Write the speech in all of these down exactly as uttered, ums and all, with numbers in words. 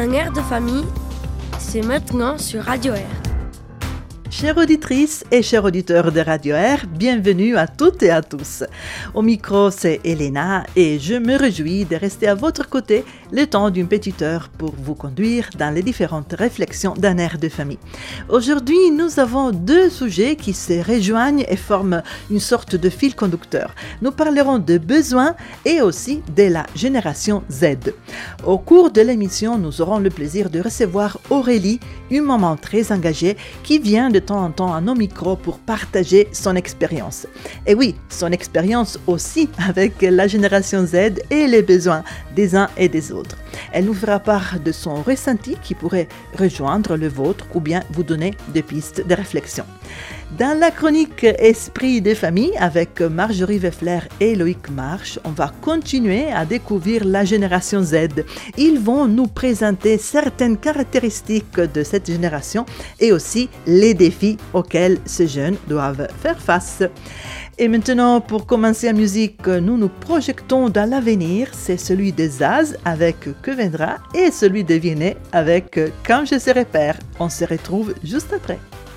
un air de famille, c'est maintenant sur Radio Air. Chères auditrices et chers auditeurs de Radio Air, bienvenue à toutes et à tous. Au micro, c'est Elena et je me réjouis de rester à votre côté le temps d'une petite heure pour vous conduire dans les différentes réflexions d'un air de famille. Aujourd'hui, nous avons deux sujets qui se rejoignent et forment une sorte de fil conducteur. Nous parlerons de besoins et aussi de la génération Z. Au cours de l'émission, nous aurons le plaisir de recevoir Aurélie, une maman très engagée qui vient de temps en temps à nos micros pour partager son expérience. Et oui, son expérience aussi avec la génération Z et les besoins des uns et des autres. Elle nous fera part de son ressenti qui pourrait rejoindre le vôtre ou bien vous donner des pistes de réflexion. Dans la chronique Esprit des familles avec Marjorie Weffler et Loïc Marche, on va continuer à découvrir la génération Z. Ils vont nous présenter certaines caractéristiques de cette génération et aussi les défis auxquels ces jeunes doivent faire face. Et maintenant, pour commencer la musique, nous nous projectons dans l'avenir. C'est celui de Zaz avec Que Vendra et celui de Viennet avec Quand je serai père. On se retrouve juste après.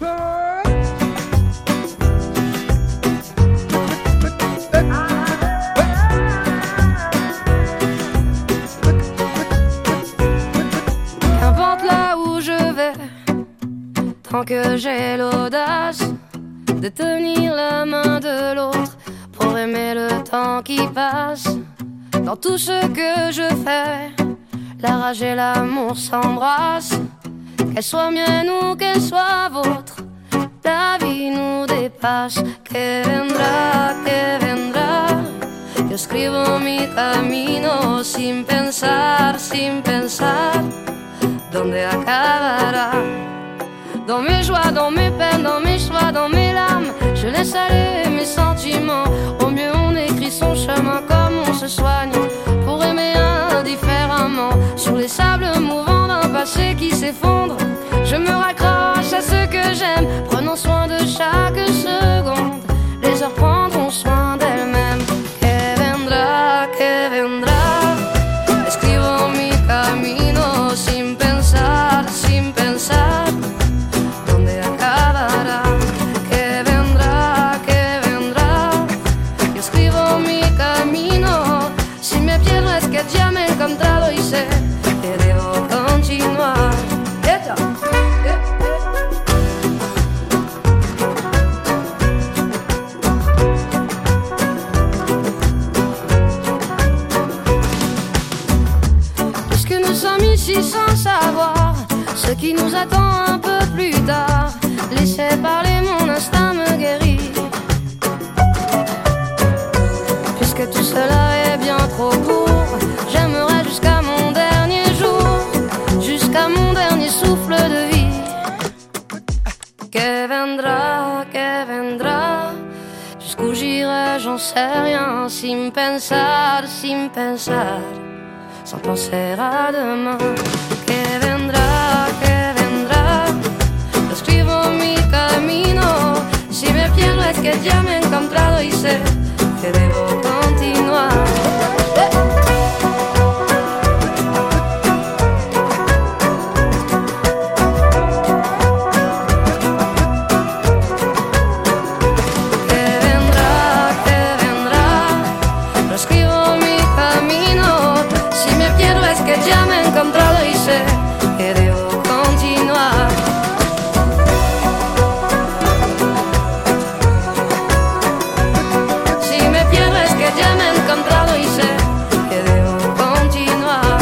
Tant que j'ai l'audace de tenir la main de l'autre pour aimer le temps qui passe. Dans tout ce que je fais, la rage et l'amour s'embrassent. Qu'elle soit mienne ou qu'elle soit vôtre, la vie nous dépasse. Que vendrá, que vendrá. Yo escribo mi camino sin pensar, sin pensar dónde acabará. Dans mes joies, dans mes peines, dans mes choix, dans mes larmes, je laisse aller mes sentiments. Au mieux on écrit son chemin comme on se soigne pour aimer indifféremment. Sur les sables mouvants d'un passé qui s'effondre, je me raccroche à ce que j'aime, prenant soin de chaque seconde. Les heures prendront soin d'elles-mêmes. Que vendrá, que vendrá. Escribo mi camino sin pensar, sin pensar. Ya me he encontrado y sé que debo continuar. Yeah. Yeah. Puisque nous sommes ici sans savoir ce qui nous attend un peu plus tard, laissez parler, mon instinct me guérit. Puisque tout cela est bien trop court, j'aimerais jusqu'à mon dernier jour, jusqu'à mon dernier souffle de vie. Que vendrá, que vendrá. Jusqu'où j'irai, j'en sais rien. Sin pensar, sin pensar, sans penser à demain. Que vendrá, que vendrá. Escribo mi camino. Si me pierdo es que ya me he encontrado y sé que debo continuar. Ya me he encontrado y sé que debo continuar. Si me pierdo es que ya me he encontrado y sé que debo continuar.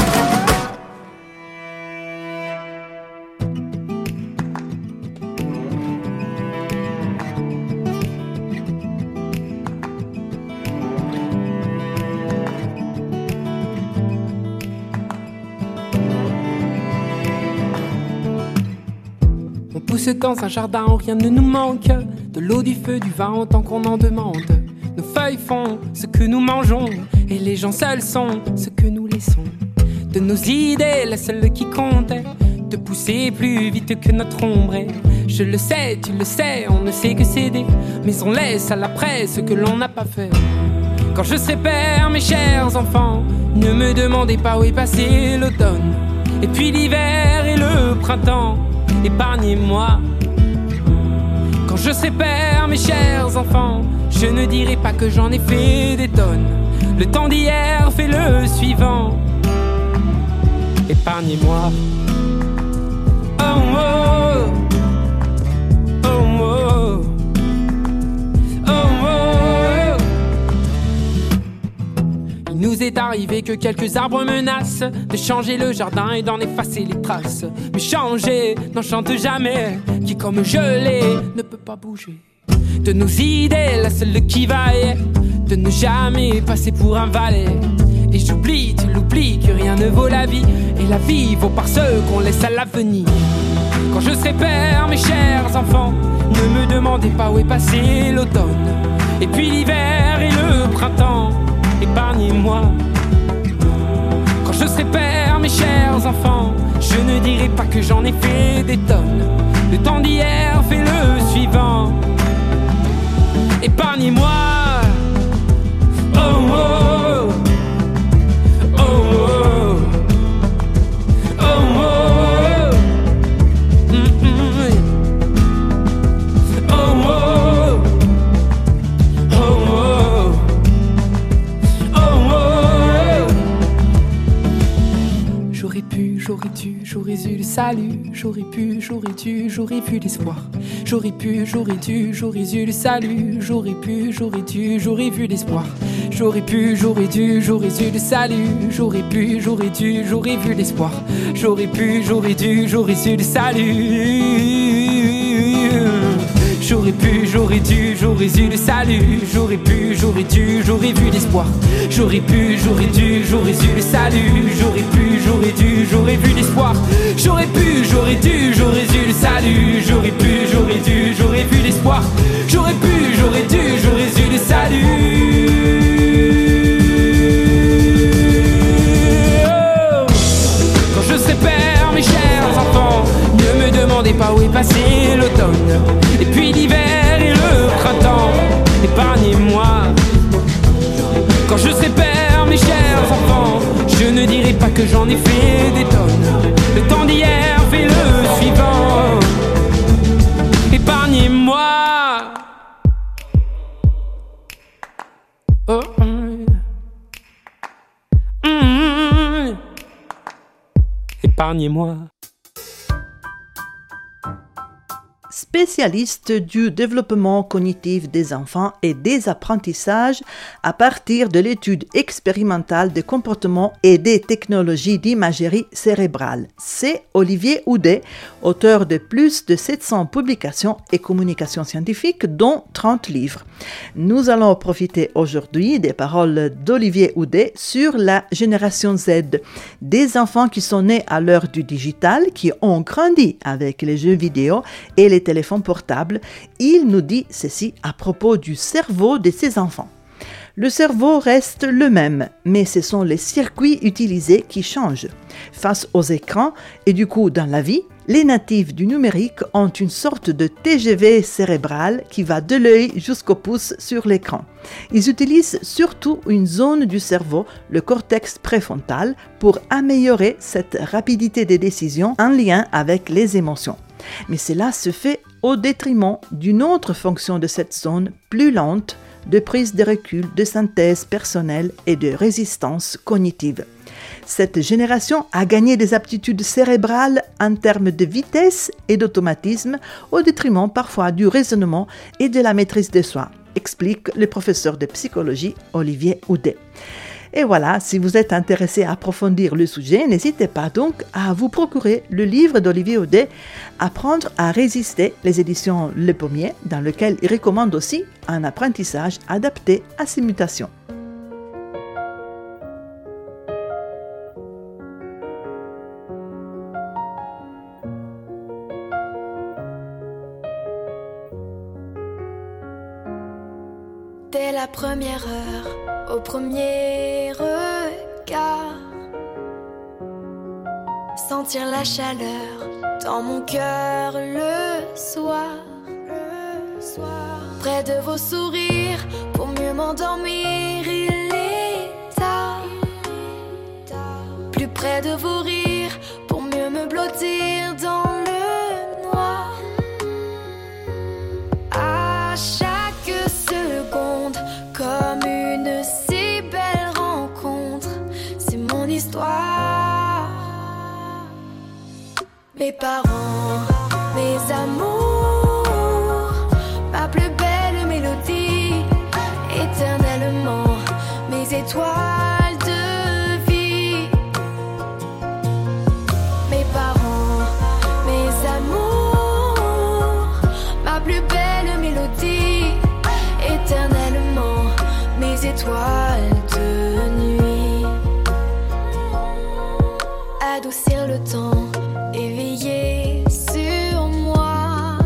Pousse dans un jardin où rien ne nous manque, de l'eau, du feu, du vin autant qu'on en demande. Nos feuilles font ce que nous mangeons et les gens seuls sont ce que nous laissons. De nos idées, la seule qui compte est de pousser plus vite que notre ombre. Et je le sais, tu le sais, on ne sait que céder, mais on laisse à l'après ce que l'on n'a pas fait. Quand je serai père, mes chers enfants, ne me demandez pas où est passé l'automne. Et puis l'hiver et le printemps, épargnez-moi. Quand je serai père, mes chers enfants, je ne dirai pas que j'en ai fait des tonnes. Le temps d'hier fait le suivant. Épargnez-moi. Oh oh, oh oh, oh oh. Il nous est arrivé que quelques arbres menacent de changer le jardin et d'en effacer les traces. Mais changer n'en chante jamais, qui comme gelé ne peut pas bouger. De nos idées, la seule qui vaille, de ne jamais passer pour un valet. Et j'oublie, tu l'oublies, que rien ne vaut la vie, et la vie vaut par ceux qu'on laisse à l'avenir. Quand je serai père, mes chers enfants, ne me demandez pas où est passé l'automne. Et puis l'hiver et le printemps, épargnez-moi. Quand je serai père, mes chers enfants, je ne dirai pas que j'en ai fait des tonnes. Le temps d'hier fait le suivant. Épargnez-moi. Oh oh, oh oh, oh oh, mm-mm. Oh oh, oh oh, oh oh. J'aurais pu, j'aurais dû, j'aurais eu le salut. J'aurais pu, j'aurais dû, j'aurais vu l'espoir. J'aurais pu, j'aurais dû, j'aurais eu le salut. J'aurais pu, j'aurais dû, j'aurais vu l'espoir. J'aurais pu, j'aurais dû, j'aurais eu le salut. J'aurais pu, j'aurais dû, j'aurais vu l'espoir. J'aurais pu, j'aurais dû, j'aurais eu le salut. J'aurais pu, j'aurais dû, j'aurais eu le salut. J'aurais pu, j'aurais dû, j'aurais vu l'espoir. J'aurais pu, j'aurais dû, j'aurais eu le salut. J'aurais pu, j'aurais dû, j'aurais vu l'espoir. J'aurais pu, j'aurais dû, j'aurais eu le salut. J'aurais pu, j'aurais dû, j'aurais vu l'espoir. J'aurais pu, j'aurais dû, j'aurais eu le salut. Oh. Quand je serai père, mes chers enfants, ne me demandez pas où est passé l'automne. Et puis l'hiver et le printemps, épargnez-moi. Quand je serai père, mes chers enfants, je ne dirai pas que j'en ai fait des tonnes. Le temps d'hier fait le suivant. Épargnez-moi. Oh, mm. Mm. Épargnez-moi. Spécialiste du développement cognitif des enfants et des apprentissages à partir de l'étude expérimentale des comportements et des technologies d'imagerie cérébrale. C'est Olivier Houdet, auteur de plus de sept cents publications et communications scientifiques, dont trente livres. Nous allons profiter aujourd'hui des paroles d'Olivier Houdet sur la génération Z, des enfants qui sont nés à l'heure du digital, qui ont grandi avec les jeux vidéo et les téléphones portables. Il nous dit ceci à propos du cerveau de ces enfants. Le cerveau reste le même, mais ce sont les circuits utilisés qui changent. Face aux écrans et du coup dans la vie, les natifs du numérique ont une sorte de T G V cérébral qui va de l'œil jusqu'au pouce sur l'écran. Ils utilisent surtout une zone du cerveau, le cortex préfrontal, pour améliorer cette rapidité des décisions en lien avec les émotions. Mais cela se fait au détriment d'une autre fonction de cette zone plus lente, de prise de recul, de synthèse personnelle et de résistance cognitive. Cette génération a gagné des aptitudes cérébrales en termes de vitesse et d'automatisme, au détriment parfois du raisonnement et de la maîtrise de soi, explique le professeur de psychologie Olivier Houdet. Et voilà, si vous êtes intéressé à approfondir le sujet, n'hésitez pas donc à vous procurer le livre d'Olivier Houdet, Apprendre à résister, les éditions Le Pommier, dans lequel il recommande aussi un apprentissage adapté à ces mutations. Dès la première heure, au premier regard, sentir la chaleur dans mon cœur le soir, le soir. Près de vos sourires, pour mieux m'endormir, il est tard. Plus près de vos rires, pour blottir dans le noir. À chaque seconde, comme une si belle rencontre, c'est mon histoire. Mes parents, mes amours, ma plus belle mélodie, éternellement mes étoiles de vie. Mes parents, mes amours, ma plus belle mélodie, éternellement mes étoiles de nuit. Adoucir le temps, éveiller sur moi,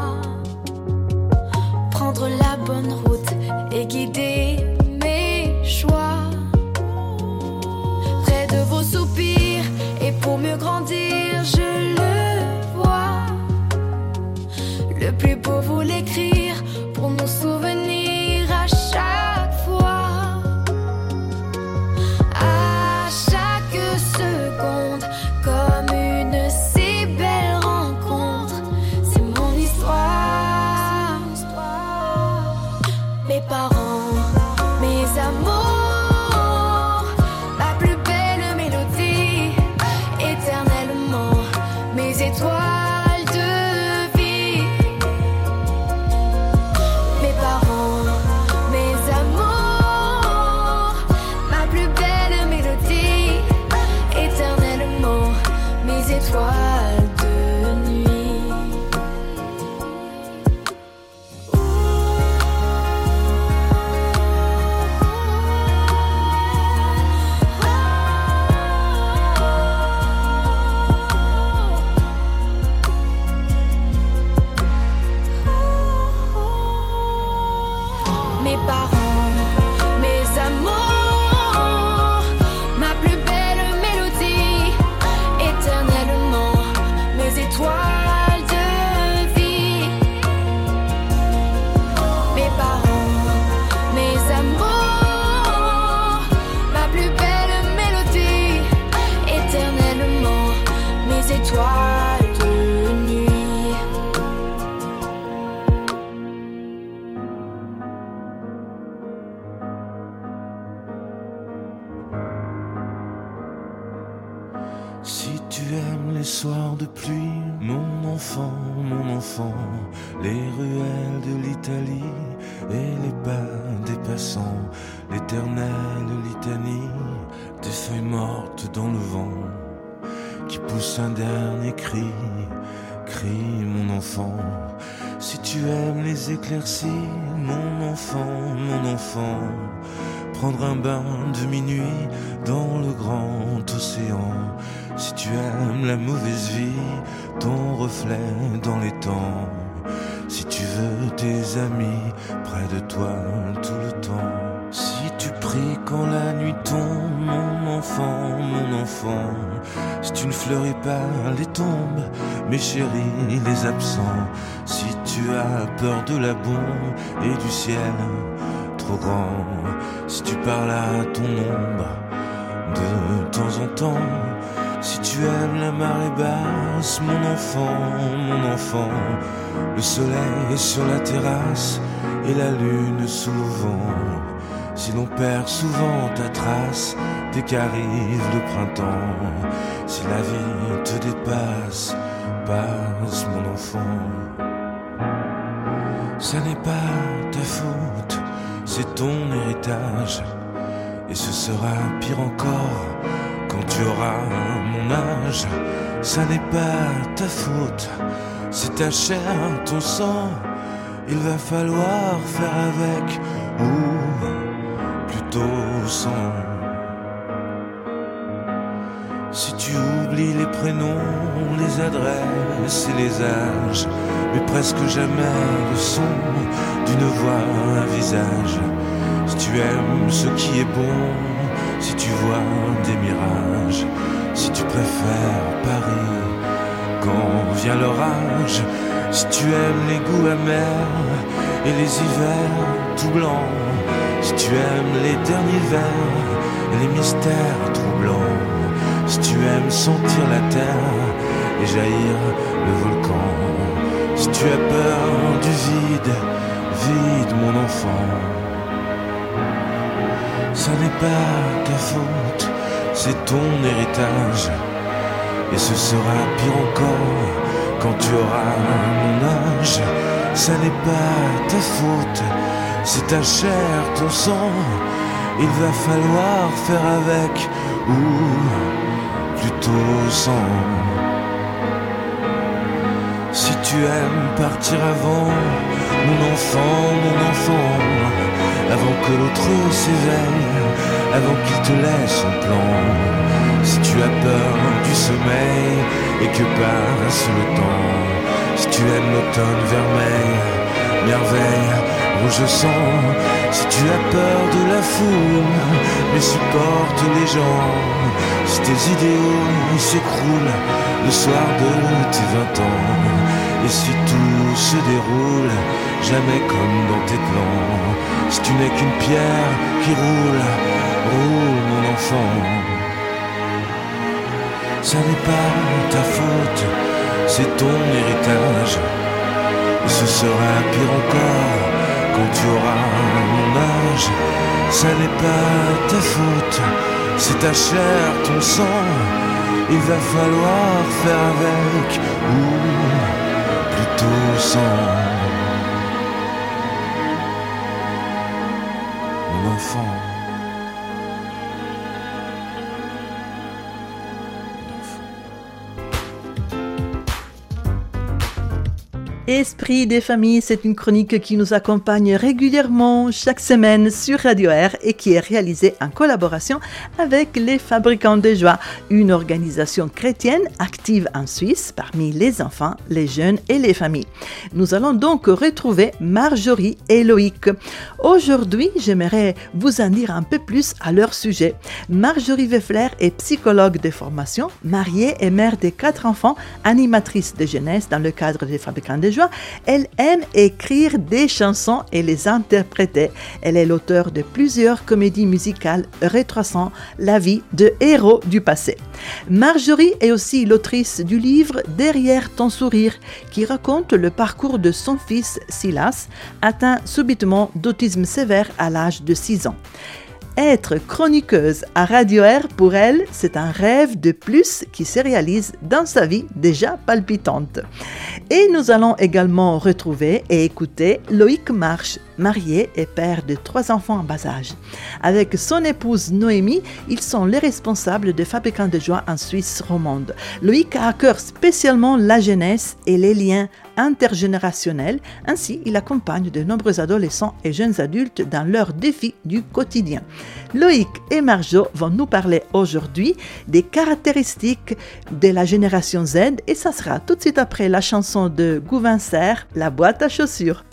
prendre la bonne route et guider mes choix. Près de vos soupirs et pour mieux grandir, je le vois. Le plus beau vous l'écrire pour nos souvenirs à chaque fois. À chaque seconde, comme une si belle rencontre, c'est mon histoire. Mes parents, mes amours, ma plus belle mélodie, éternellement mes étoiles de vie. Mes parents, mes amours, ma plus belle mélodie, éternellement mes étoiles de nuit. Mes parents, mes amours, ma plus belle mélodie, éternellement mes étoiles de vie. Mes parents, mes amours, ma plus belle mélodie, éternellement mes étoiles de nuit. Si tu aimes les soirs de pluie, mon enfant, mon enfant, les ruelles de l'Italie et les pas des passants, l'éternelle litanie des feuilles mortes dans le vent qui poussent un dernier cri, cri mon enfant. Si tu aimes les éclaircies, mon enfant, mon enfant, prendre un bain de minuit dans le grand océan. Si tu aimes la mauvaise vie, ton reflet dans les temps. Si tu veux tes amis près de toi tout le temps. Si tu pries quand la nuit tombe, mon enfant, mon enfant. Si tu ne fleuris pas les tombes, mes chéris, les absents. Si tu as peur de la bombe et du ciel trop grand. Si tu parles à ton ombre de temps en temps. Si tu aimes la marée basse, mon enfant, mon enfant, le soleil sur la terrasse et la lune sous le vent. Si l'on perd souvent ta trace dès qu'arrive le printemps, si la vie te dépasse, passe mon enfant. Ça n'est pas ta faute, c'est ton héritage, et ce sera pire encore quand tu auras mon âge. Ça n'est pas ta faute, c'est ta chair, ton sang. Il va falloir faire avec, ou plutôt sans. Si tu oublies les prénoms, les adresses et les âges, mais presque jamais le son d'une voix, un visage. Si tu aimes ce qui est bon, si tu vois des mirages, si tu préfères Paris quand vient l'orage, si tu aimes les goûts amers et les hivers tout blancs, si tu aimes les derniers vers et les mystères troublants, si tu aimes sentir la terre et jaillir le volcan. Si tu as peur du vide, vide mon enfant. Ça n'est pas ta faute, c'est ton héritage. Et ce sera pire encore quand tu auras mon âge. Ça n'est pas ta faute, c'est ta chair, ton sang. Il va falloir faire avec, ou plutôt sans. Si tu aimes partir avant, mon enfant, mon enfant, avant que l'autre s'éveille, avant qu'il te laisse son plan. Si tu as peur du sommeil et que passe le temps, si tu aimes l'automne vermeil, merveille, rouge sang, si tu as peur de la foule, mais supporte les gens, si tes idéaux s'écroulent le soir de tes vingt ans, et si tout se déroule jamais comme dans tes plans, si tu n'es qu'une pierre qui roule, roule mon enfant. Ça n'est pas ta faute, c'est ton héritage. Et ce sera pire encore quand tu auras mon âge. Ça n'est pas ta faute, c'est ta chair, ton sang. Il va falloir faire avec, ou plutôt sans. Mon enfant. Esprit des familles, c'est une chronique qui nous accompagne régulièrement chaque semaine sur Radio Air et qui est réalisée en collaboration avec les Fabricants de Joie, une organisation chrétienne active en Suisse parmi les enfants, les jeunes et les familles. Nous allons donc retrouver Marjorie et Loïc. Aujourd'hui, j'aimerais vous en dire un peu plus à leur sujet. Marjorie Weffler est psychologue de formation, mariée et mère de quatre enfants, animatrice de jeunesse dans le cadre des Fabricants de Joie. Elle aime écrire des chansons et les interpréter. Elle est l'auteure de plusieurs comédies musicales retraçant la vie de héros du passé. Marjorie est aussi l'autrice du livre Derrière ton sourire, qui raconte le parcours de son fils Silas, atteint subitement d'autisme sévère à l'âge de six ans. Être chroniqueuse à Radio Air, pour elle, c'est un rêve de plus qui se réalise dans sa vie déjà palpitante. Et nous allons également retrouver et écouter Loïc Marche, marié et père de trois enfants en bas âge. Avec son épouse Noémie, ils sont les responsables des Fabricants de Joie en Suisse romande. Loïc a à cœur spécialement la jeunesse et les liens intergénérationnels. Ainsi, il accompagne de nombreux adolescents et jeunes adultes dans leurs défis du quotidien. Loïc et Marjo vont nous parler aujourd'hui des caractéristiques de la génération Z et ça sera tout de suite après la chanson de Gouvincer, La boîte à chaussures.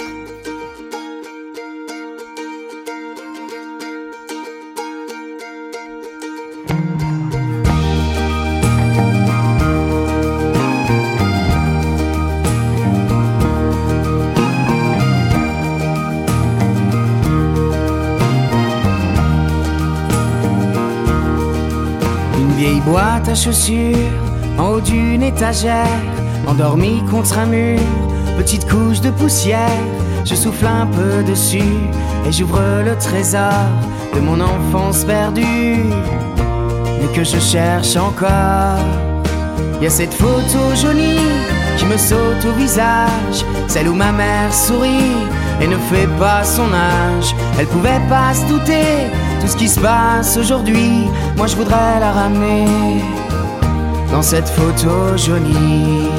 Boîte à chaussures, en haut d'une étagère, endormie contre un mur, petite couche de poussière. Je souffle un peu dessus et j'ouvre le trésor de mon enfance perdue et que je cherche encore. Il y a cette photo jolie qui me saute au visage, celle où ma mère sourit et ne fait pas son âge. Elle pouvait pas se douter tout ce qui se passe aujourd'hui. Moi je voudrais la ramener dans cette photo jolie.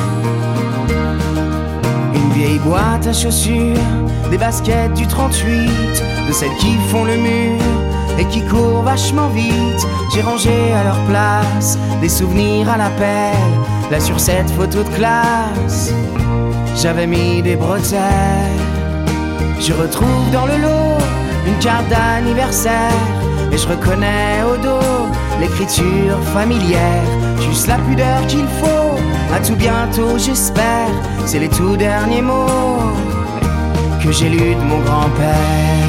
Une vieille boîte à chaussures, des baskets du trente-huit, de celles qui font le mur et qui courent vachement vite. J'ai rangé à leur place des souvenirs à la pelle. Là sur cette photo de classe, j'avais mis des bretelles. Je retrouve dans le lot une carte d'anniversaire et je reconnais au dos l'écriture familière. Juste la pudeur qu'il faut, à tout bientôt j'espère. C'est les tout derniers mots que j'ai lus de mon grand-père.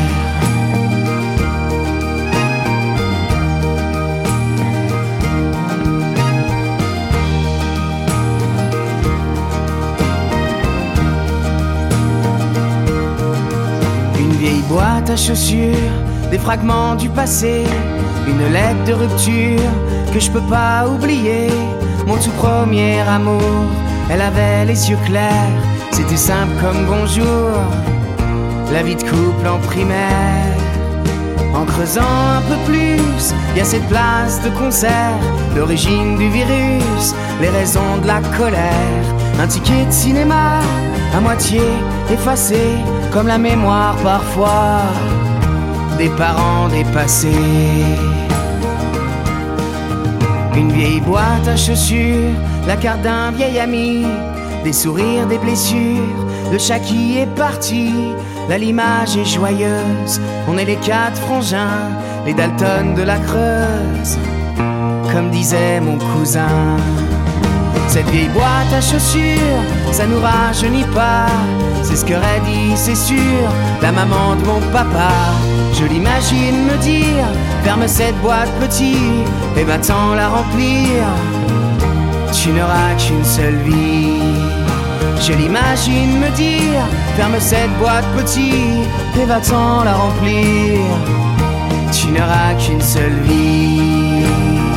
boîte à chaussures, des fragments du passé, une lettre de rupture que je peux pas oublier. Mon tout premier amour, elle avait les yeux clairs, c'était simple comme bonjour. La vie de couple en primaire. En creusant un peu plus, y a cette place de concert, l'origine du virus, les raisons de la colère. Un ticket de cinéma, à moitié effacé, comme la mémoire parfois des parents dépassés. Une vieille boîte à chaussures, la carte d'un vieil ami, des sourires, des blessures, le chat qui est parti. Là l'image est joyeuse, on est les quatre frangins, les Dalton de la Creuse, comme disait mon cousin. Cette vieille boîte à chaussures, ça nous rajeunit pas, c'est ce qu'aurait dit, c'est sûr, la maman de mon papa. Je l'imagine me dire, ferme cette boîte petit, et va-t'en la remplir, tu n'auras qu'une seule vie. Je l'imagine me dire, ferme cette boîte petit, et va-t'en la remplir, tu n'auras qu'une seule vie.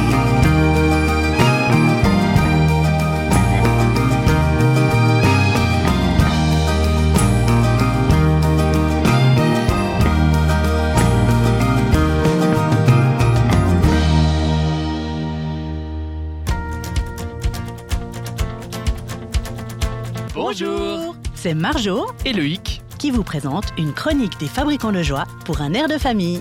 Bonjour, c'est Marjo et Loïc qui vous présente une chronique des fabricants de joie pour un air de famille.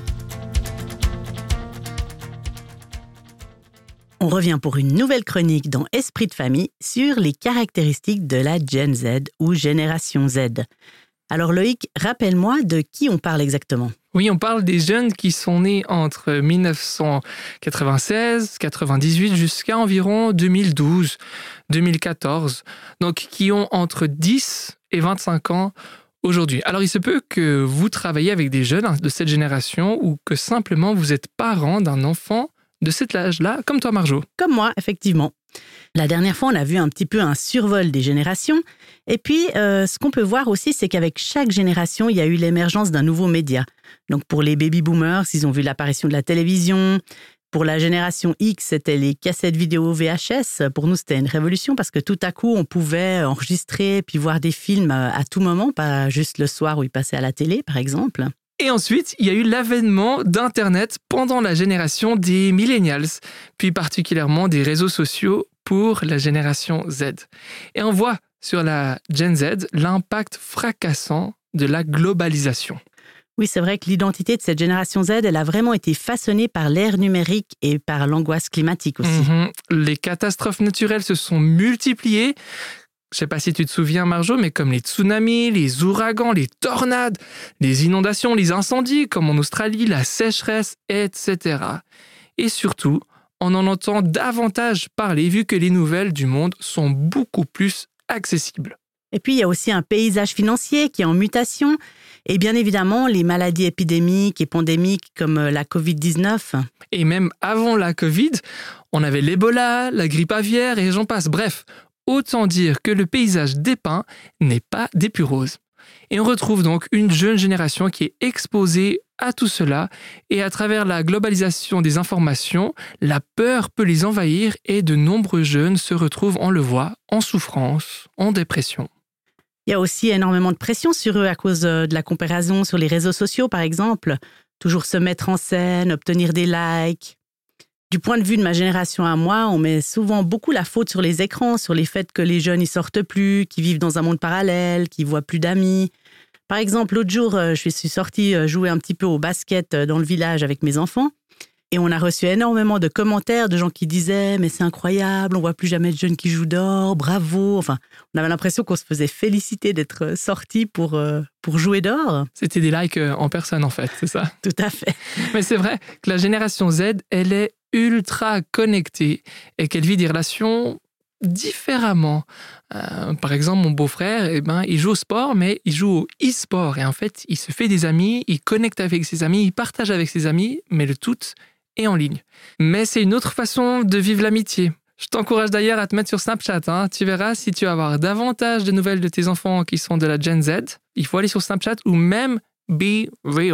On revient pour une nouvelle chronique dans Esprit de famille sur les caractéristiques de la Gen Z ou Génération Z. Alors Loïc, rappelle-moi de qui on parle exactement. Oui, on parle des jeunes qui sont nés entre dix-neuf cent quatre-vingt-seize quatre-vingt-dix-huit jusqu'à environ deux mille douze deux mille quatorze, donc qui ont entre dix et vingt-cinq ans aujourd'hui. Alors il se peut que vous travaillez avec des jeunes de cette génération ou que simplement vous êtes parent d'un enfant de cet âge-là, comme toi Marjo. Comme moi, effectivement. La dernière fois, on a vu un petit peu un survol des générations. Et puis, euh, ce qu'on peut voir aussi, c'est qu'avec chaque génération, il y a eu l'émergence d'un nouveau média. Donc, pour les baby-boomers, ils ont vu l'apparition de la télévision. Pour la génération X, c'était les cassettes vidéo V H S. Pour nous, c'était une révolution parce que tout à coup, on pouvait enregistrer puis voir des films à tout moment, pas juste le soir où ils passaient à la télé, par exemple. Et ensuite, il y a eu l'avènement d'Internet pendant la génération des millennials, puis particulièrement des réseaux sociaux pour la génération Z. Et on voit sur la Gen Z l'impact fracassant de la globalisation. Oui, c'est vrai que l'identité de cette génération Z, elle a vraiment été façonnée par l'ère numérique et par l'angoisse climatique aussi. Mmh. Les catastrophes naturelles se sont multipliées. Je ne sais pas si tu te souviens, Marjo, mais comme les tsunamis, les ouragans, les tornades, les inondations, les incendies, comme en Australie, la sécheresse, et cetera. Et surtout, on en entend davantage parler vu que les nouvelles du monde sont beaucoup plus accessibles. Et puis, il y a aussi un paysage financier qui est en mutation. Et bien évidemment, les maladies épidémiques et pandémiques comme la covid dix-neuf. Et même avant la Covid, on avait l'Ebola, la grippe aviaire et j'en passe. Bref, autant dire que le paysage dépeint n'est pas des plus roses. Et on retrouve donc une jeune génération qui est exposée à tout cela et à travers la globalisation des informations, la peur peut les envahir et de nombreux jeunes se retrouvent, on le voit, en souffrance, en dépression. Il y a aussi énormément de pression sur eux à cause de la comparaison sur les réseaux sociaux, par exemple. Toujours se mettre en scène, obtenir des likes. Du point de vue de ma génération à moi, on met souvent beaucoup la faute sur les écrans, sur les faits que les jeunes ne sortent plus, qu'ils vivent dans un monde parallèle, qu'ils ne voient plus d'amis. Par exemple, l'autre jour, je suis sortie jouer un petit peu au basket dans le village avec mes enfants et on a reçu énormément de commentaires de gens qui disaient « mais c'est incroyable, on ne voit plus jamais de jeunes qui jouent dehors, bravo ». Enfin, on avait l'impression qu'on se faisait féliciter d'être sortis pour, pour jouer dehors. C'était des likes en personne en fait, c'est ça? Tout à fait. Mais c'est vrai que la génération Z, elle est ultra connectée et qu'elle vit des relations différemment. Euh, par exemple, mon beau-frère, eh ben, il joue au sport, mais il joue au e-sport. Et en fait, il se fait des amis, il connecte avec ses amis, il partage avec ses amis, mais le tout est en ligne. Mais c'est une autre façon de vivre l'amitié. Je t'encourage d'ailleurs à te mettre sur Snapchat. Hein. Tu verras, si tu veux avoir davantage de nouvelles de tes enfants qui sont de la Gen Z, il faut aller sur Snapchat ou même Be Real.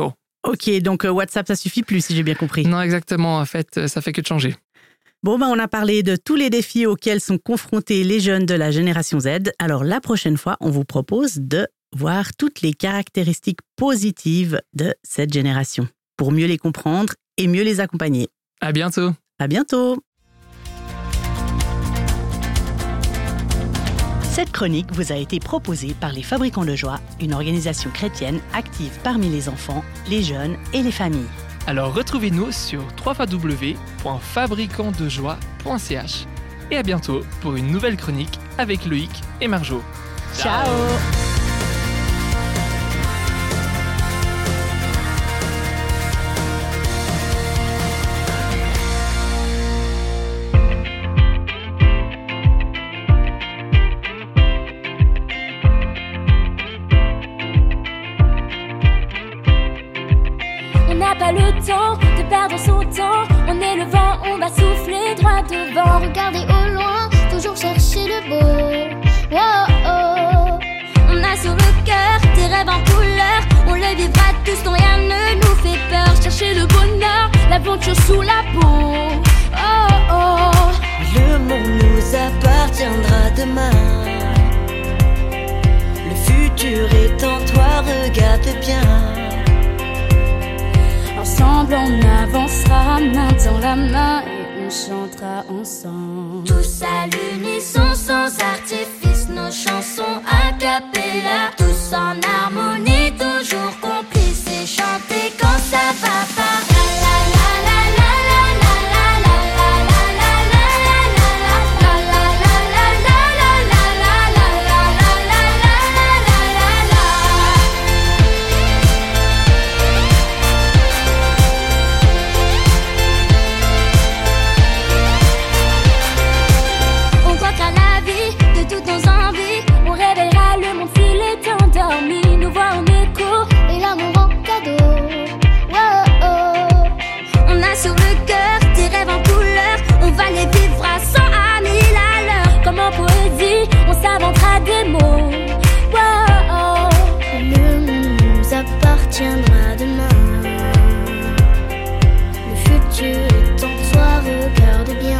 Ok, donc euh, WhatsApp, ça suffit plus, si j'ai bien compris. Non, exactement. En fait, ça fait que de changer. Bon, ben, on a parlé de tous les défis auxquels sont confrontés les jeunes de la génération Z. Alors, la prochaine fois, on vous propose de voir toutes les caractéristiques positives de cette génération pour mieux les comprendre et mieux les accompagner. À bientôt. À bientôt. Cette chronique vous a été proposée par les Fabricants de Joie, une organisation chrétienne active parmi les enfants, les jeunes et les familles. Alors retrouvez-nous sur w w w point fabricants de joie point c h et à bientôt pour une nouvelle chronique avec Loïc et Marjo. Ciao, Ciao. Pas le temps de perdre son temps. On est le vent, on va souffler droit devant. Regardez au loin, toujours chercher le beau. Oh, oh. On a sur le cœur des rêves en couleur. On les vivra tous, non rien ne nous fait peur. Chercher le bonheur, l'aventure sous la peau. Oh, oh. Le monde nous appartiendra demain. Le futur est en toi, regarde bien. Ensemble on avancera main dans la main et on chantera ensemble. Tous à l'unisson sans artifice, nos chansons a cappella. Tous en harmonie, toujours complices et chanter quand ça va pas. On s'inventera des mots. Wow. Le monde nous appartiendra demain. Le futur est en toi, regarde bien.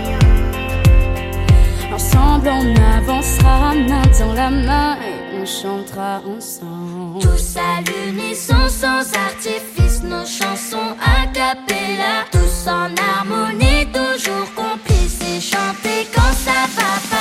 Ensemble on avancera main dans la main et on chantera ensemble. Tous à l'unisson sans artifice, nos chansons a cappella. Tous en harmonie, toujours complices et chanter quand ça va pas.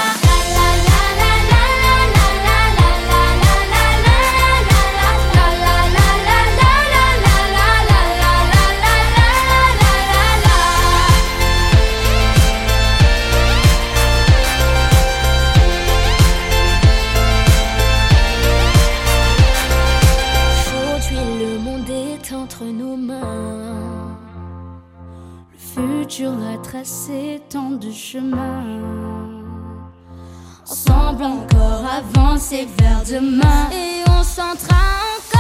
A tracé tant de chemins. Ensemble encore avancer vers demain. Et on chantera encore.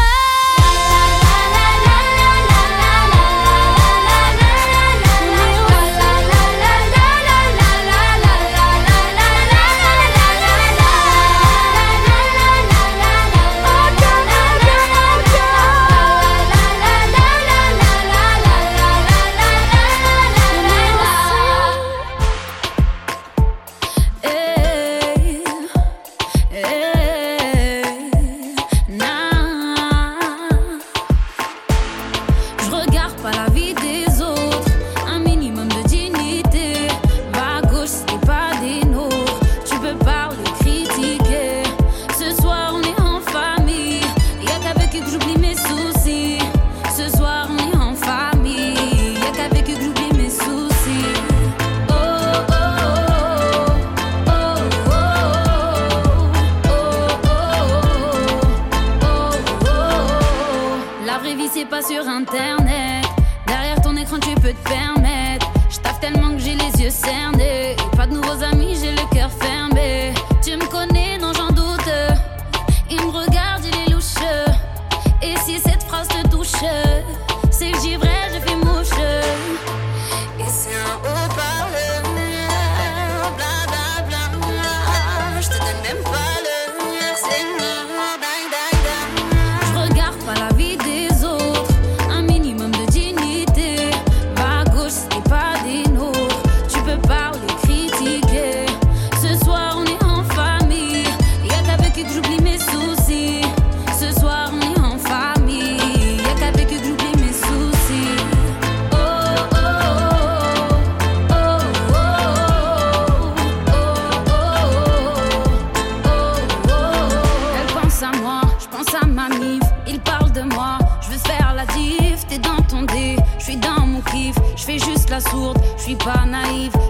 Pas sur internet, derrière ton écran tu peux te permettre. Je taffe tellement que j'ai les yeux cernés. Pas de nouveaux amis, j'ai le cœur fermé. Tu me connais, non j'en doute. Il me regarde, il est louche. Et si cette phrase te touche, c'est que j'ai vrai, j'ai fait mouche. Et c'est un haut-parleur, blablabla. Je te donne même pas le c'est je regarde pas la vie des autres.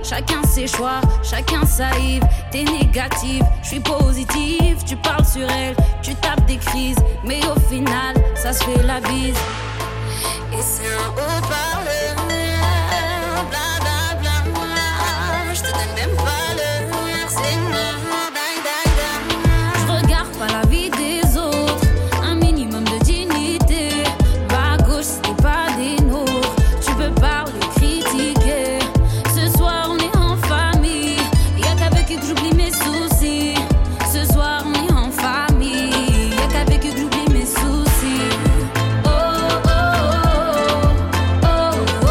Chacun ses choix, chacun sa Yves. T'es négative, je suis positive. Tu parles sur elle, tu tapes des crises. Mais au final, ça se fait la bise. Et c'est un haut-parleur, blablabla. Je te donne même pas l'heure, c'est mort, bye bye bye. Je regarde pas la vie des autres, un minimum de dignité. Va à gauche si t'es pas des nôtres, tu peux parler, critiquer. Ce soir on est en famille, y'a qu'avec eux que j'oublie mes soucis. Ce soir on est en famille, y'a qu'avec eux que j'oublie mes soucis. Oh oh oh oh oh oh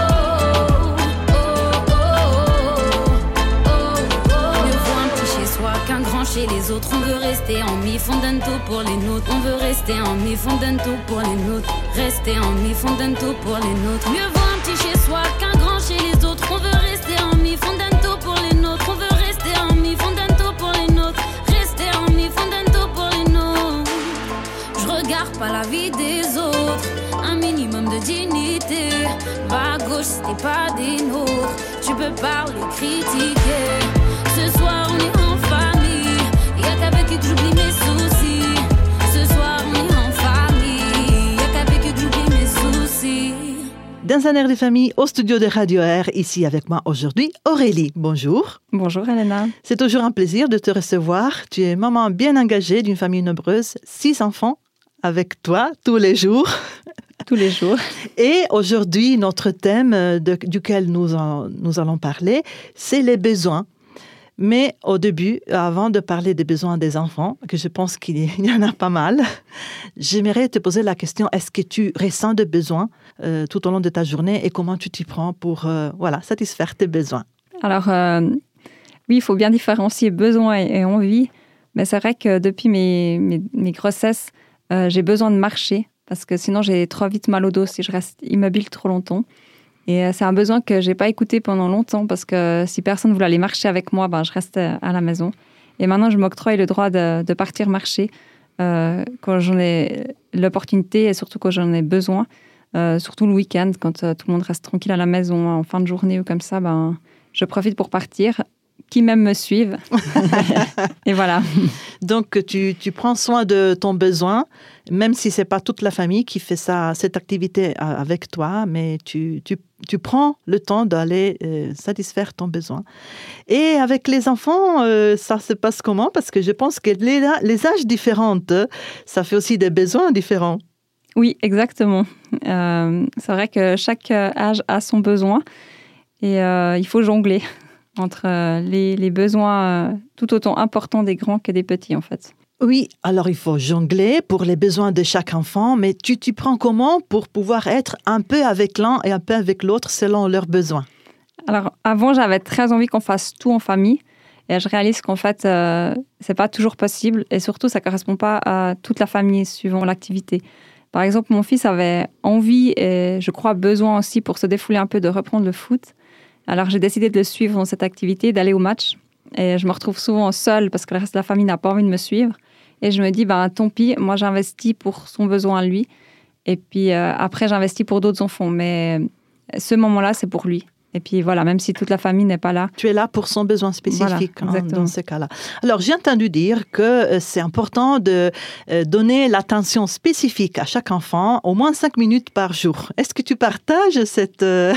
oh oh. Mieux vaut un petit chez soi qu'un grand chez les autres. On veut rester en mif, on donne tout pour les nôtres. On veut rester en mif, on donne tout pour les nôtres. Rester en mif, on donne tout pour les nôtres. Mieux vaut un petit chez soi qu'un grand chez les autres. On veut rester en mif, on donne tout pour les nôtres. On veut rester en mif, on donne tout pour les nôtres. Rester en mif, on donne tout pour les nôtres. Je regarde pas la vie des autres, un minimum de dignité. Va à gauche si t'es pas des nôtres, tu peux parler, critiquer. Ce soir on est en famille, y'a qu'avec eux que j'oublie mes soucis. Ce soir on est en famille, y'a qu'avec eux que j'oublie mes soucis. Dans un air de famille, au studio de Radio Air, ici avec moi aujourd'hui, Aurélie. Bonjour. Bonjour Elena. C'est toujours un plaisir de te recevoir. Tu es maman bien engagée d'une famille nombreuse, six enfants avec toi tous les jours. Tous les jours. Et aujourd'hui, notre thème de, duquel nous, en, nous allons parler, c'est les besoins. Mais au début, avant de parler des besoins des enfants, que je pense qu'il y en a pas mal, j'aimerais te poser la question, est-ce que tu ressens des besoins euh, tout au long de ta journée et comment tu t'y prends pour euh, voilà, satisfaire tes besoins? Alors, euh, oui, il faut bien différencier besoins et, et envie. Mais c'est vrai que depuis mes, mes, mes grossesses, euh, j'ai besoin de marcher parce que sinon j'ai trop vite mal au dos si je reste immobile trop longtemps. Et euh, c'est un besoin que je n'ai pas écouté pendant longtemps parce que si personne voulait aller marcher avec moi, ben, je restais à la maison. Et maintenant, je m'octroie le droit de, de partir marcher euh, quand j'en ai l'opportunité et surtout quand j'en ai besoin. Euh, surtout le week-end, quand euh, tout le monde reste tranquille à la maison en fin de journée ou comme ça, ben, je profite pour partir. Qui même me suivent. Et voilà. Donc, tu, tu prends soin de ton besoin, même si ce n'est pas toute la famille qui fait ça, cette activité avec toi, mais tu, tu, tu prends le temps d'aller euh, satisfaire ton besoin. Et avec les enfants, euh, ça se passe comment? Parce que je pense que les, les âges différents, ça fait aussi des besoins différents. Oui, exactement. Euh, c'est vrai que chaque âge a son besoin et euh, il faut jongler entre les, les besoins euh, tout autant importants des grands que des petits, en fait. Oui, alors il faut jongler pour les besoins de chaque enfant, mais tu t'y prends comment pour pouvoir être un peu avec l'un et un peu avec l'autre selon leurs besoins? Alors, avant, j'avais très envie qu'on fasse tout en famille, et je réalise qu'en fait, euh, c'est pas toujours possible, et surtout, ça correspond pas à toute la famille suivant l'activité. Par exemple, mon fils avait envie, et je crois besoin aussi pour se défouler un peu, de reprendre le foot. Alors, j'ai décidé de le suivre dans cette activité, d'aller au match. Et je me retrouve souvent seule parce que le reste de la famille n'a pas envie de me suivre. Et je me dis, ben, tant pis, moi, j'investis pour son besoin à lui. Et puis, euh, après, j'investis pour d'autres enfants. Mais ce moment-là, c'est pour lui. Et puis, voilà, même si toute la famille n'est pas là. Tu es là pour son besoin spécifique, voilà, hein, dans ce cas-là. Alors, j'ai entendu dire que c'est important de donner l'attention spécifique à chaque enfant, au moins cinq minutes par jour. Est-ce que tu partages cette, euh,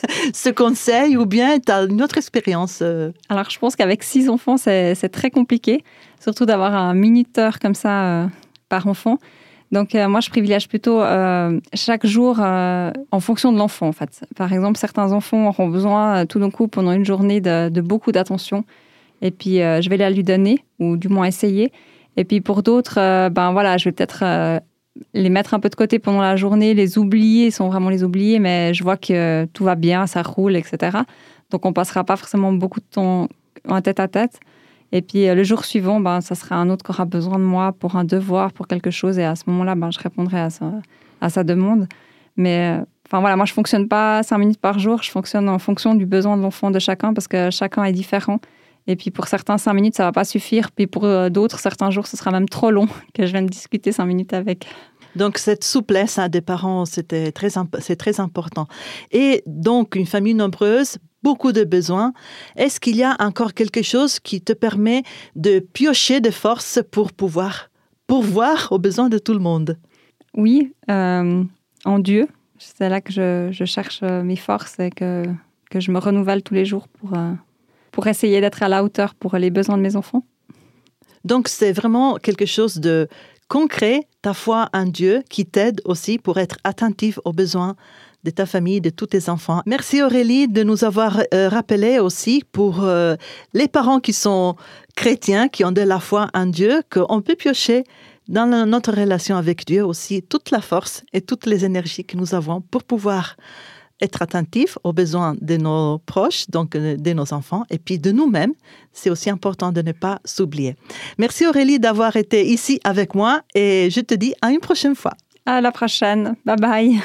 ce conseil ou bien tu as une autre expérience? Alors, je pense qu'avec six enfants, c'est, c'est très compliqué, surtout d'avoir un minuteur comme ça euh, par enfant. Donc, euh, moi, je privilège plutôt euh, chaque jour euh, en fonction de l'enfant, en fait. Par exemple, certains enfants auront besoin, euh, tout d'un coup, pendant une journée, de, de beaucoup d'attention. Et puis, euh, je vais la lui donner, ou du moins essayer. Et puis, pour d'autres, euh, ben voilà, je vais peut-être euh, les mettre un peu de côté pendant la journée, les oublier, sans vraiment les oublier, mais je vois que tout va bien, ça roule, et cetera. Donc, on passera pas forcément beaucoup de temps en tête-à-tête. Et puis, le jour suivant, ben, ça sera un autre qui aura besoin de moi pour un devoir, pour quelque chose. Et à ce moment-là, ben, je répondrai à sa, à sa demande. Mais enfin, voilà, moi, je ne fonctionne pas cinq minutes par jour. Je fonctionne en fonction du besoin de l'enfant de chacun parce que chacun est différent. Et puis, pour certains, cinq minutes, ça ne va pas suffire. Puis, pour d'autres, certains jours, ce sera même trop long que je vienne discuter cinq minutes avec. Donc, cette souplesse hein, des parents, c'était très, c'est très important. Et donc, une famille nombreuse, beaucoup de besoins. Est-ce qu'il y a encore quelque chose qui te permet de piocher des forces pour pouvoir pourvoir aux besoins de tout le monde? Oui, euh, en Dieu. C'est là que je, je cherche mes forces et que, que je me renouvelle tous les jours pour, euh, pour essayer d'être à la hauteur pour les besoins de mes enfants. Donc, c'est vraiment quelque chose de concret, ta foi en Dieu, qui t'aide aussi pour être attentif aux besoins de ta famille, de tous tes enfants. Merci Aurélie de nous avoir euh, rappelé aussi pour euh, les parents qui sont chrétiens, qui ont de la foi en Dieu, qu'on peut piocher dans la, notre relation avec Dieu aussi toute la force et toutes les énergies que nous avons pour pouvoir être attentifs aux besoins de nos proches, donc de nos enfants, et puis de nous-mêmes. C'est aussi important de ne pas s'oublier. Merci Aurélie d'avoir été ici avec moi et je te dis à une prochaine fois. À la prochaine. Bye bye.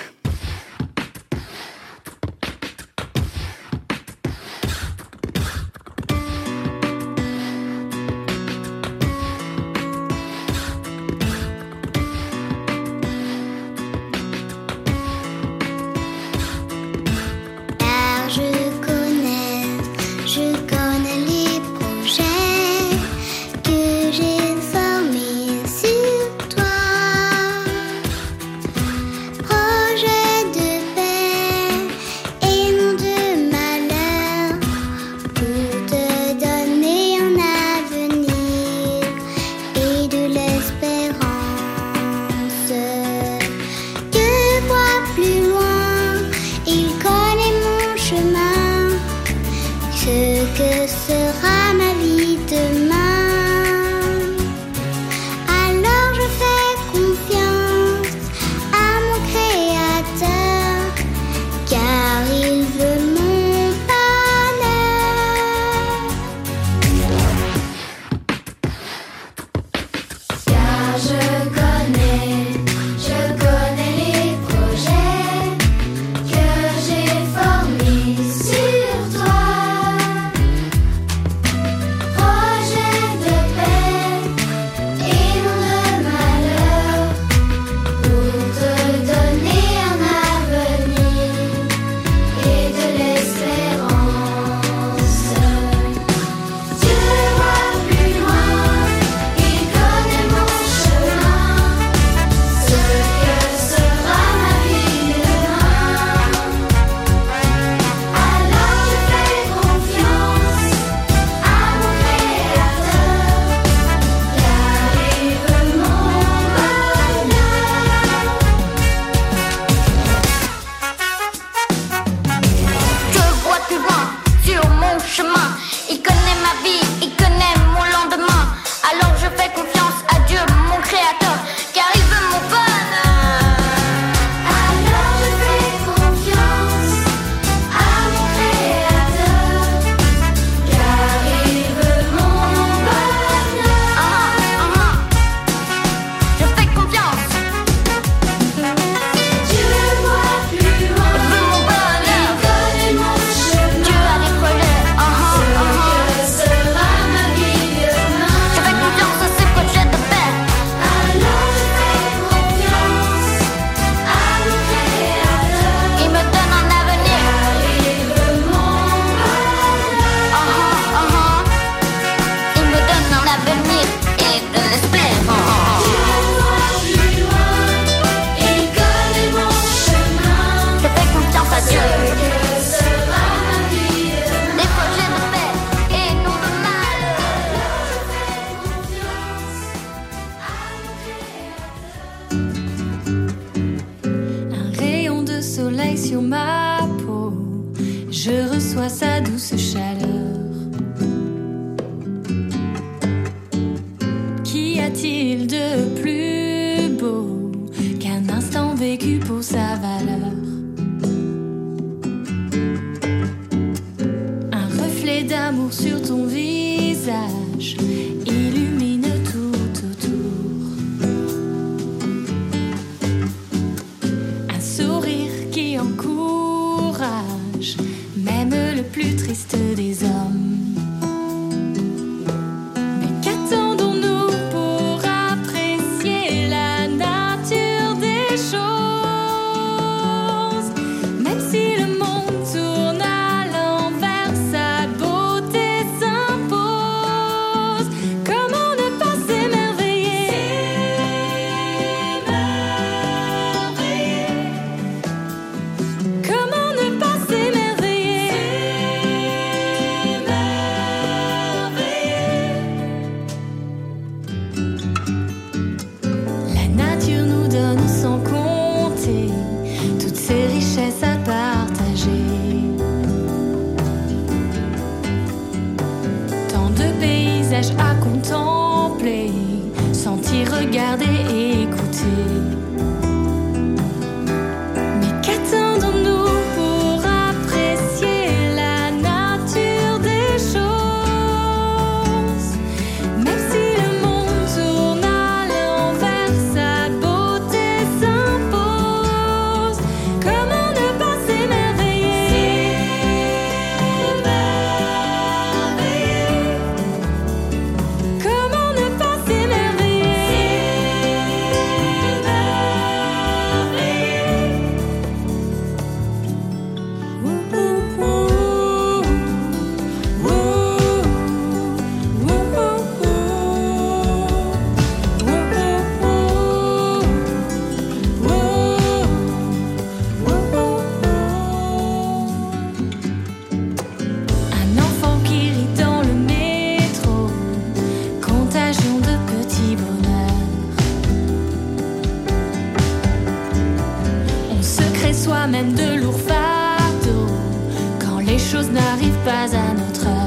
Sa douce chaleur. Qu'y a-t-il de plus beau qu'un instant vécu pour sa valeur? Un reflet d'amour sur ton visage illumine tout autour. Un sourire qui encourage même le plus triste des hommes. Mais qu'attendons-nous pour apprécier la nature des choses? Même si le monde tourne à l'envers, regarder et écouter. Mais qu'attendons-nous pour apprécier la nature des choses? Même si le monde tourne à l'envers, sa beauté s'impose. Comment ne pas s'émerveiller? Comment ne pas Un enfant qui rit dans le métro, contagion de petits bonheurs. On se crée soi-même de lourds fardeaux quand les choses n'arrivent pas à notre heure.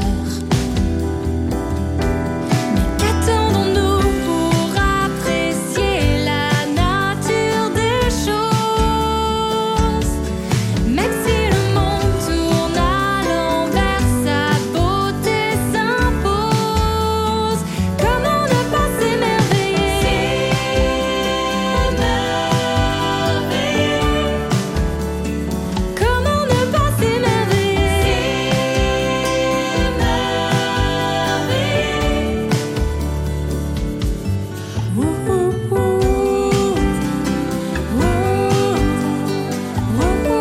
Mais qu'attendons-nous pour apprécier la nature des choses? Même si le monde tourne à l'envers, sa beauté s'impose. Comment ne pas s'émerveiller? Comment ne pas s'émerveiller? Ouh, ouh, ouh. Ouh, ouh,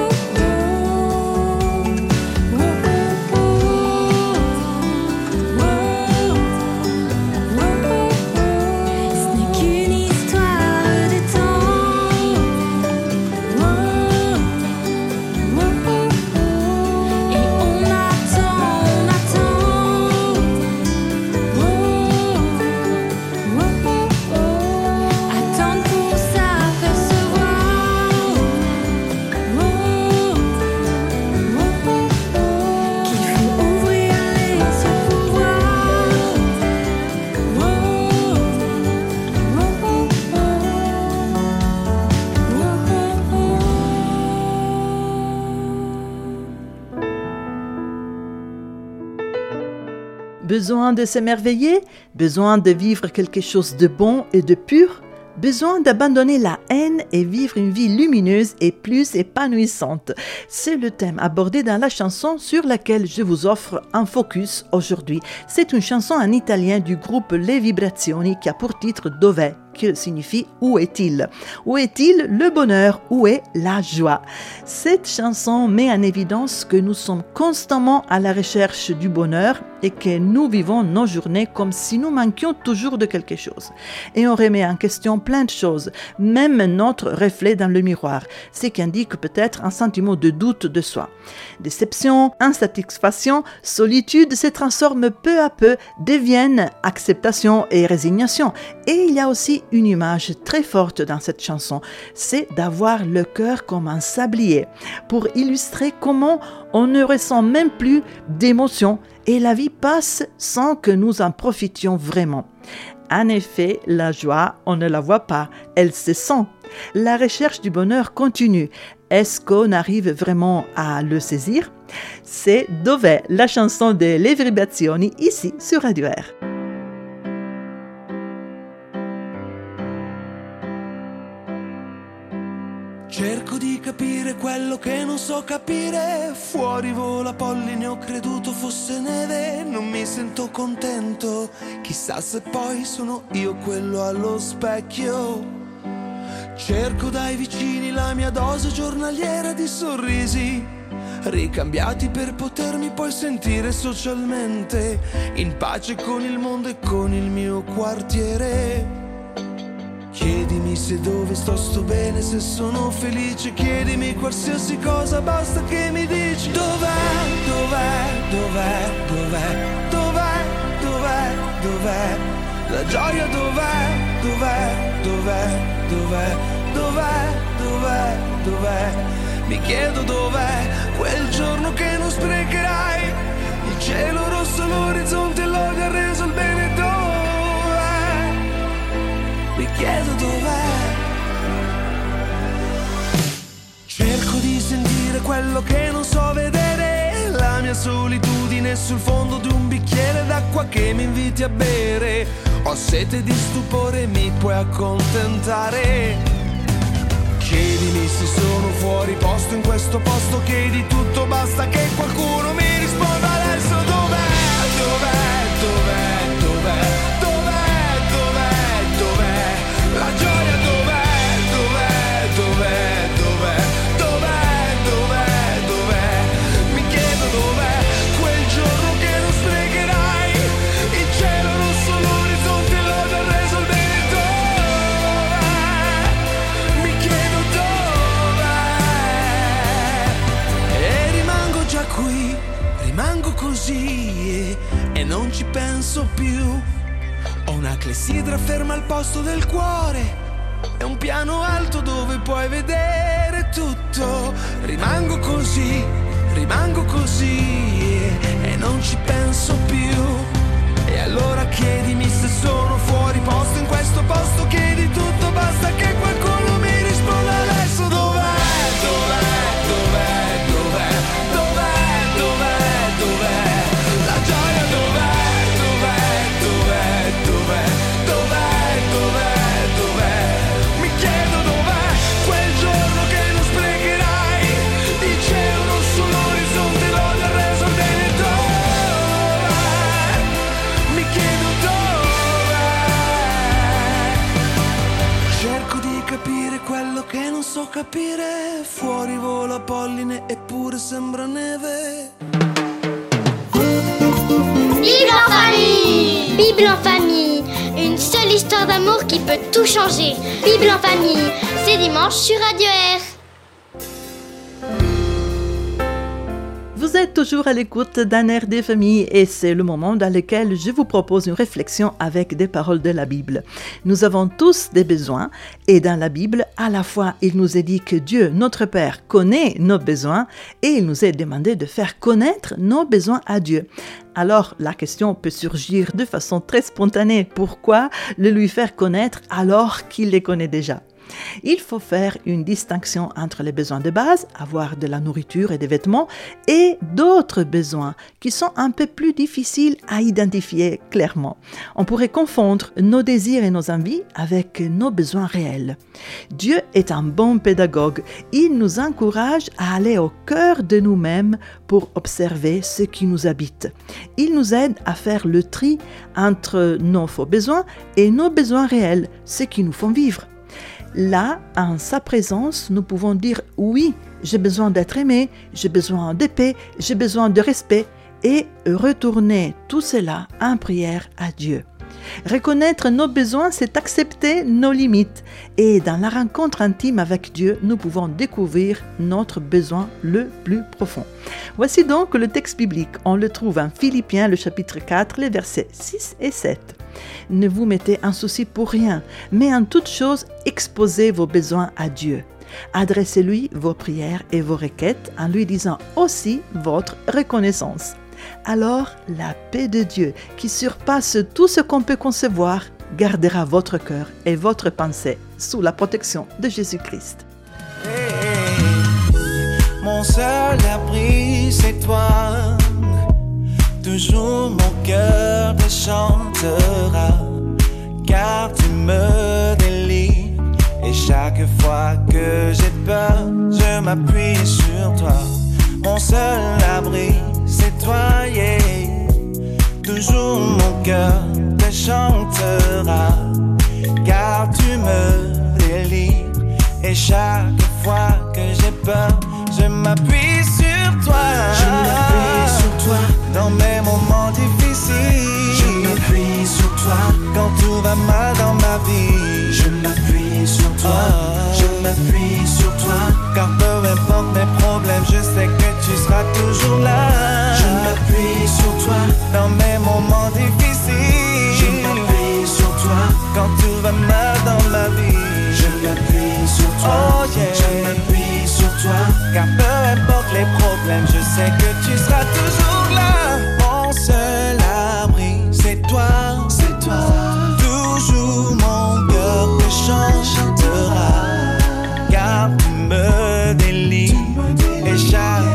Ce n'est qu'une histoire de temps. Et on attend, on attend. Attendre pour s'apercevoir qu'il faut ouvrir les yeux pour voir. Besoin de s'émerveiller? Besoin de vivre quelque chose de bon et de pur? Besoin d'abandonner la haine et vivre une vie lumineuse et plus épanouissante. C'est le thème abordé dans la chanson sur laquelle je vous offre un focus aujourd'hui. C'est une chanson en italien du groupe Le Vibrazioni qui a pour titre Dov'è, qui signifie où est-il? Où est-il le bonheur? Où est la joie? Cette chanson met en évidence que nous sommes constamment à la recherche du bonheur et que nous vivons nos journées comme si nous manquions toujours de quelque chose. Et on remet en question plein de choses, même notre reflet dans le miroir, ce qui indique peut-être un sentiment de doute de soi. Déception, insatisfaction, solitude se transforment peu à peu, deviennent acceptation et résignation. Et il y a aussi une image très forte dans cette chanson, c'est d'avoir le cœur comme un sablier, pour illustrer comment on ne ressent même plus d'émotions et la vie passe sans que nous en profitions vraiment. En effet, la joie, on ne la voit pas, elle se sent. La recherche du bonheur continue. Est-ce qu'on arrive vraiment à le saisir? C'est Dov'è, la chanson de Le Vibrazioni, ici sur Radio Air. Cerco di capire quello che non so capire. Fuori vola polline, ho creduto fosse neve. Non mi sento contento, chissà se poi sono io quello allo specchio. Cerco dai vicini la mia dose giornaliera di sorrisi, ricambiati per potermi poi sentire socialmente in pace con il mondo e con il mio quartiere. Chiedimi se dove sto sto bene, se sono felice, chiedimi qualsiasi cosa, basta che mi dici dov'è, dov'è, dov'è, dov'è, dov'è, dov'è, dov'è, la gioia dov'è, dov'è, dov'è, dov'è, dov'è, dov'è, dov'è, mi chiedo dov'è quel giorno che non sprecherai, il cielo rosso, l'orizzonte, l'odio ha reso il bene dov'è, mi chiedo quello che non so vedere, la mia solitudine sul fondo di un bicchiere d'acqua che mi inviti a bere. Ho sete di stupore, mi puoi accontentare. Chiedimi se sono fuori posto in questo posto, chiedi tutto, basta che qualcuno mi risponda adesso. Dov'è, dov'è, dov'è, dov'è, dov'è, dov'è, dov'è, la gioia dov'è, dov'è, dov'è, dov'è, dov'è, dov'è, dov'è, mi chiedo dov'è, quel giorno che non sprecherai, il cielo rosso, l'orizzonte, l'odio ha reso il bene, dov'è, mi chiedo dov'è, e rimango già qui, rimango così e, e non ci penso più. Ho una clessidra ferma al posto del cuore e un piano alto dove puoi vedere tutto. Rimango così, rimango così e, e non ci penso più. E allora chiedimi se sono fuori posto in questo posto, chiedi tutto, basta che qualcuno mi risponda adesso. Dov'è, dov'è, dov'è, dov'è, dov'è, dov'è, dov'è, la gioia dov'è, dov'è, dov'è, dov'è, dov'è, dov'è, dov'è, mi chiedo dov'è, quel giorno che non sprecherai, il cielo rosso, l'orizzonte, l'odio ha reso il bene, dov'è, mi chiedo dov'è. Cerco di capire quello che non so capire, fuori vola polline eppure sembra neve. Bible en famille! Bible en famille, une seule histoire d'amour qui peut tout changer. Bible en famille, c'est dimanche sur Radio Air. Vous êtes toujours à l'écoute d'un air des familles et c'est le moment dans lequel je vous propose une réflexion avec des paroles de la Bible. Nous avons tous des besoins et dans la Bible, à la fois, il nous est dit que Dieu, notre Père, connaît nos besoins et il nous est demandé de faire connaître nos besoins à Dieu. Alors, la question peut surgir de façon très spontanée. Pourquoi le lui faire connaître alors qu'il les connaît déjà ? Il faut faire une distinction entre les besoins de base, avoir de la nourriture et des vêtements, et d'autres besoins qui sont un peu plus difficiles à identifier clairement. On pourrait confondre nos désirs et nos envies avec nos besoins réels. Dieu est un bon pédagogue. Il nous encourage à aller au cœur de nous-mêmes pour observer ce qui nous habite. Il nous aide à faire le tri entre nos faux besoins et nos besoins réels, ce qui nous font vivre. Là, en sa présence, nous pouvons dire « Oui, j'ai besoin d'être aimé, j'ai besoin de paix, j'ai besoin de respect » et retourner tout cela en prière à Dieu. Reconnaître nos besoins, c'est accepter nos limites. Et dans la rencontre intime avec Dieu, nous pouvons découvrir notre besoin le plus profond. Voici donc le texte biblique. On le trouve en Philippiens, le chapitre quatre, les versets six et sept. Ne vous mettez en souci pour rien, mais en toute chose, exposez vos besoins à Dieu. Adressez-lui vos prières et vos requêtes en lui disant aussi votre reconnaissance. Alors, la paix de Dieu, qui surpasse tout ce qu'on peut concevoir, gardera votre cœur et votre pensée sous la protection de Jésus-Christ. Hey, mon seul abri, c'est toi. Toujours mon cœur te chantera, car tu me délivres. Et chaque fois que j'ai peur, je m'appuie sur toi. Mon seul abri, c'est toi, yeah. Toujours mon cœur te chantera, car tu me délivres. Et chaque fois que j'ai peur, je m'appuie sur toi. Je m'appuie sur toi dans mes moments difficiles. Je m'appuie sur toi quand tout va mal dans ma vie. Je m'appuie sur toi, oh. Je m'appuie sur toi, car peu importe mes problèmes, je sais que tu seras toujours là. Je m'appuie sur toi dans mes moments difficiles. Je m'appuie sur toi quand tout va mal dans ma vie. Je m'appuie sur toi, oh yeah. Je m'appuie sur toi, car peu importe les problèmes, je sais que tu seras toujours là. Mon seul abri, c'est toi, c'est toi. Toujours mon cœur te chantera, car tu me délivres. Et chaque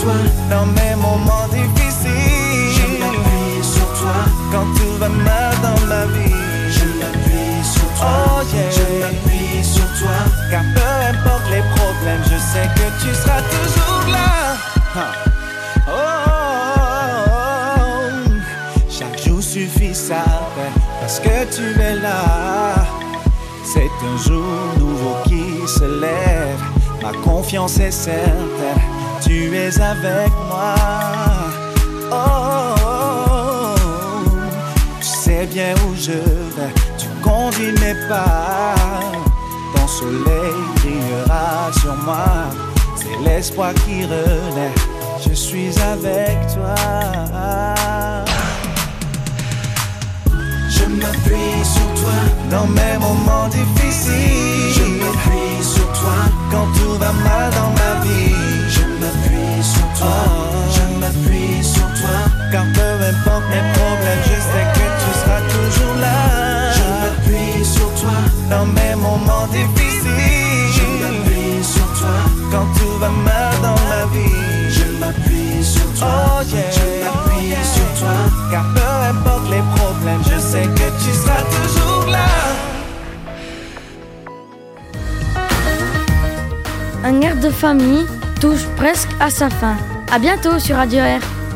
toi dans mes moments difficiles. Je m'appuie sur toi quand tout va mal dans ma vie. Je m'appuie sur toi, oh yeah. Je m'appuie sur toi, car peu importe les problèmes, je sais que tu seras toujours là. Huh. Oh, oh, oh, oh. Chaque jour suffit sa peine parce que tu es là. C'est un jour nouveau qui se lève. Ma confiance est certaine, tu es avec moi. Oh, oh, oh. Tu sais bien où je vais, tu conduis mes pas. Ton soleil brillera sur moi, c'est l'espoir qui renaît. Je suis avec toi. Je m'appuie sur toi dans mes moments difficiles. Je m'appuie sur toi quand tout va mal dans ma vie. Je m'appuie sur toi, oh. Je m'appuie sur toi, car peu importe mes problèmes, je sais que tu seras toujours là. Je m'appuie sur toi dans mes moments difficiles. Je m'appuie sur toi quand tout va mal dans ma vie. Je m'appuie sur toi, oh yeah. Je m'appuie sur toi, car peu importe les problèmes, je sais que tu seras toujours là. Un air de famille touche presque à sa fin. À bientôt sur Radio Air.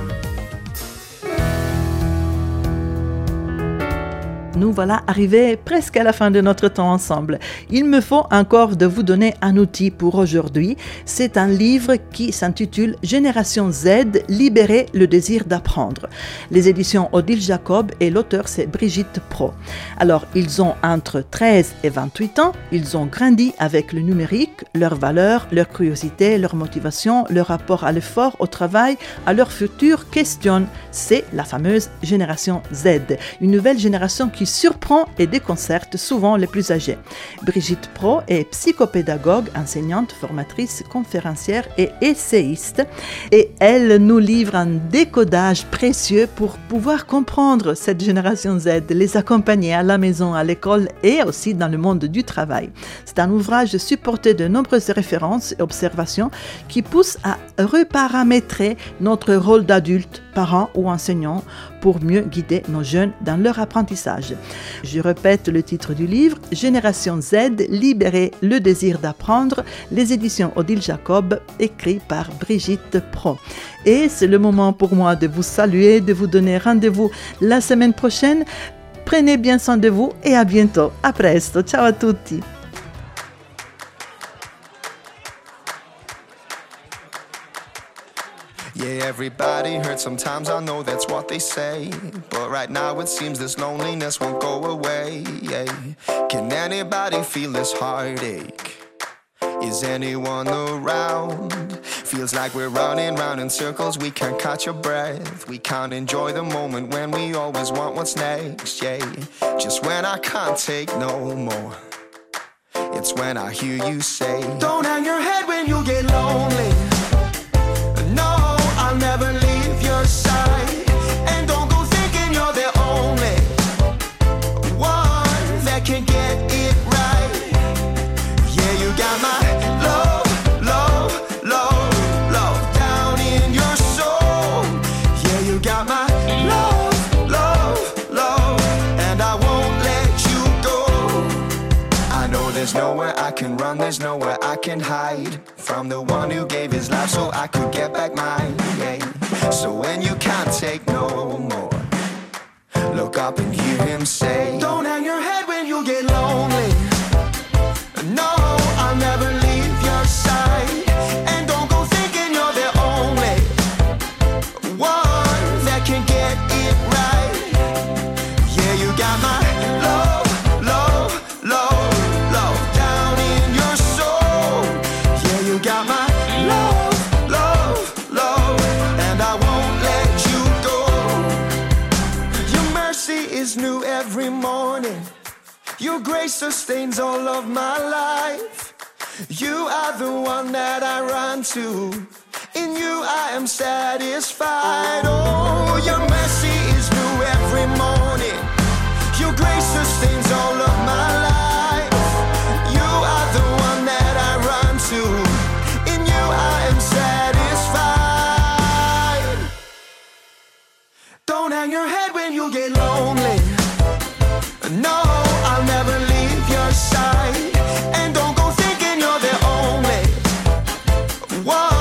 Nous voilà arrivés presque à la fin de notre temps ensemble. Il me faut encore de vous donner un outil pour aujourd'hui. C'est un livre qui s'intitule Génération Z, libérer le désir d'apprendre. Les éditions Odile Jacob et l'auteur c'est Brigitte Pro. Alors, ils ont entre treize et vingt-huit ans. Ils ont grandi avec le numérique, leurs valeurs, leur curiosité, leur motivation, leur rapport à l'effort, au travail, à leur futur questionnent. C'est la fameuse Génération Z, une nouvelle génération qui surprend et déconcerte souvent les plus âgés. Brigitte Pro est psychopédagogue, enseignante, formatrice, conférencière et essayiste et elle nous livre un décodage précieux pour pouvoir comprendre cette génération Z, les accompagner à la maison, à l'école et aussi dans le monde du travail. C'est un ouvrage supporté de nombreuses références et observations qui poussent à reparamétrer notre rôle d'adulte, parent ou enseignant pour mieux guider nos jeunes dans leur apprentissage. Je répète le titre du livre, Génération Z, libérer le désir d'apprendre, les éditions Odile Jacob, écrit par Brigitte Pro. Et c'est le moment pour moi de vous saluer, de vous donner rendez-vous la semaine prochaine. Prenez bien soin de vous et à bientôt. A presto. Ciao a tutti. Yeah, everybody hurts sometimes, I know that's what they say. But right now it seems this loneliness won't go away. Yeah. Can anybody feel this heartache? Is anyone around? Feels like we're running round in circles, we can't catch a breath. We can't enjoy the moment when we always want what's next. Yeah, just when I can't take no more, it's when I hear you say, don't hang your head when you get lonely. No, I'll never leave your side. And don't go thinking you're the only one that can get it right. Yeah, you got my love, love, love, love down in your soul. Yeah, you got my love, love, love, and I won't let you go. I know there's nowhere I can run, there's nowhere I can hide from the one who gave his life so I could get back mine. Yeah. So when you can't take no more, look up and hear him say, don't hang your head when you get lonely. No, I'll never leave your side. And don't go thinking you're the only one that can get it right. Yeah, you got my love, love, love, love down in your soul. Yeah, you got my love, love, love, and I won't let you go. Your mercy is new every morning. Your grace sustains all of my life. You are the one that I run to. In you I am satisfied. Oh, your mercy is new every morning. Your grace sustains all of my life. You are the one that I run to. In you I am satisfied. Whoa.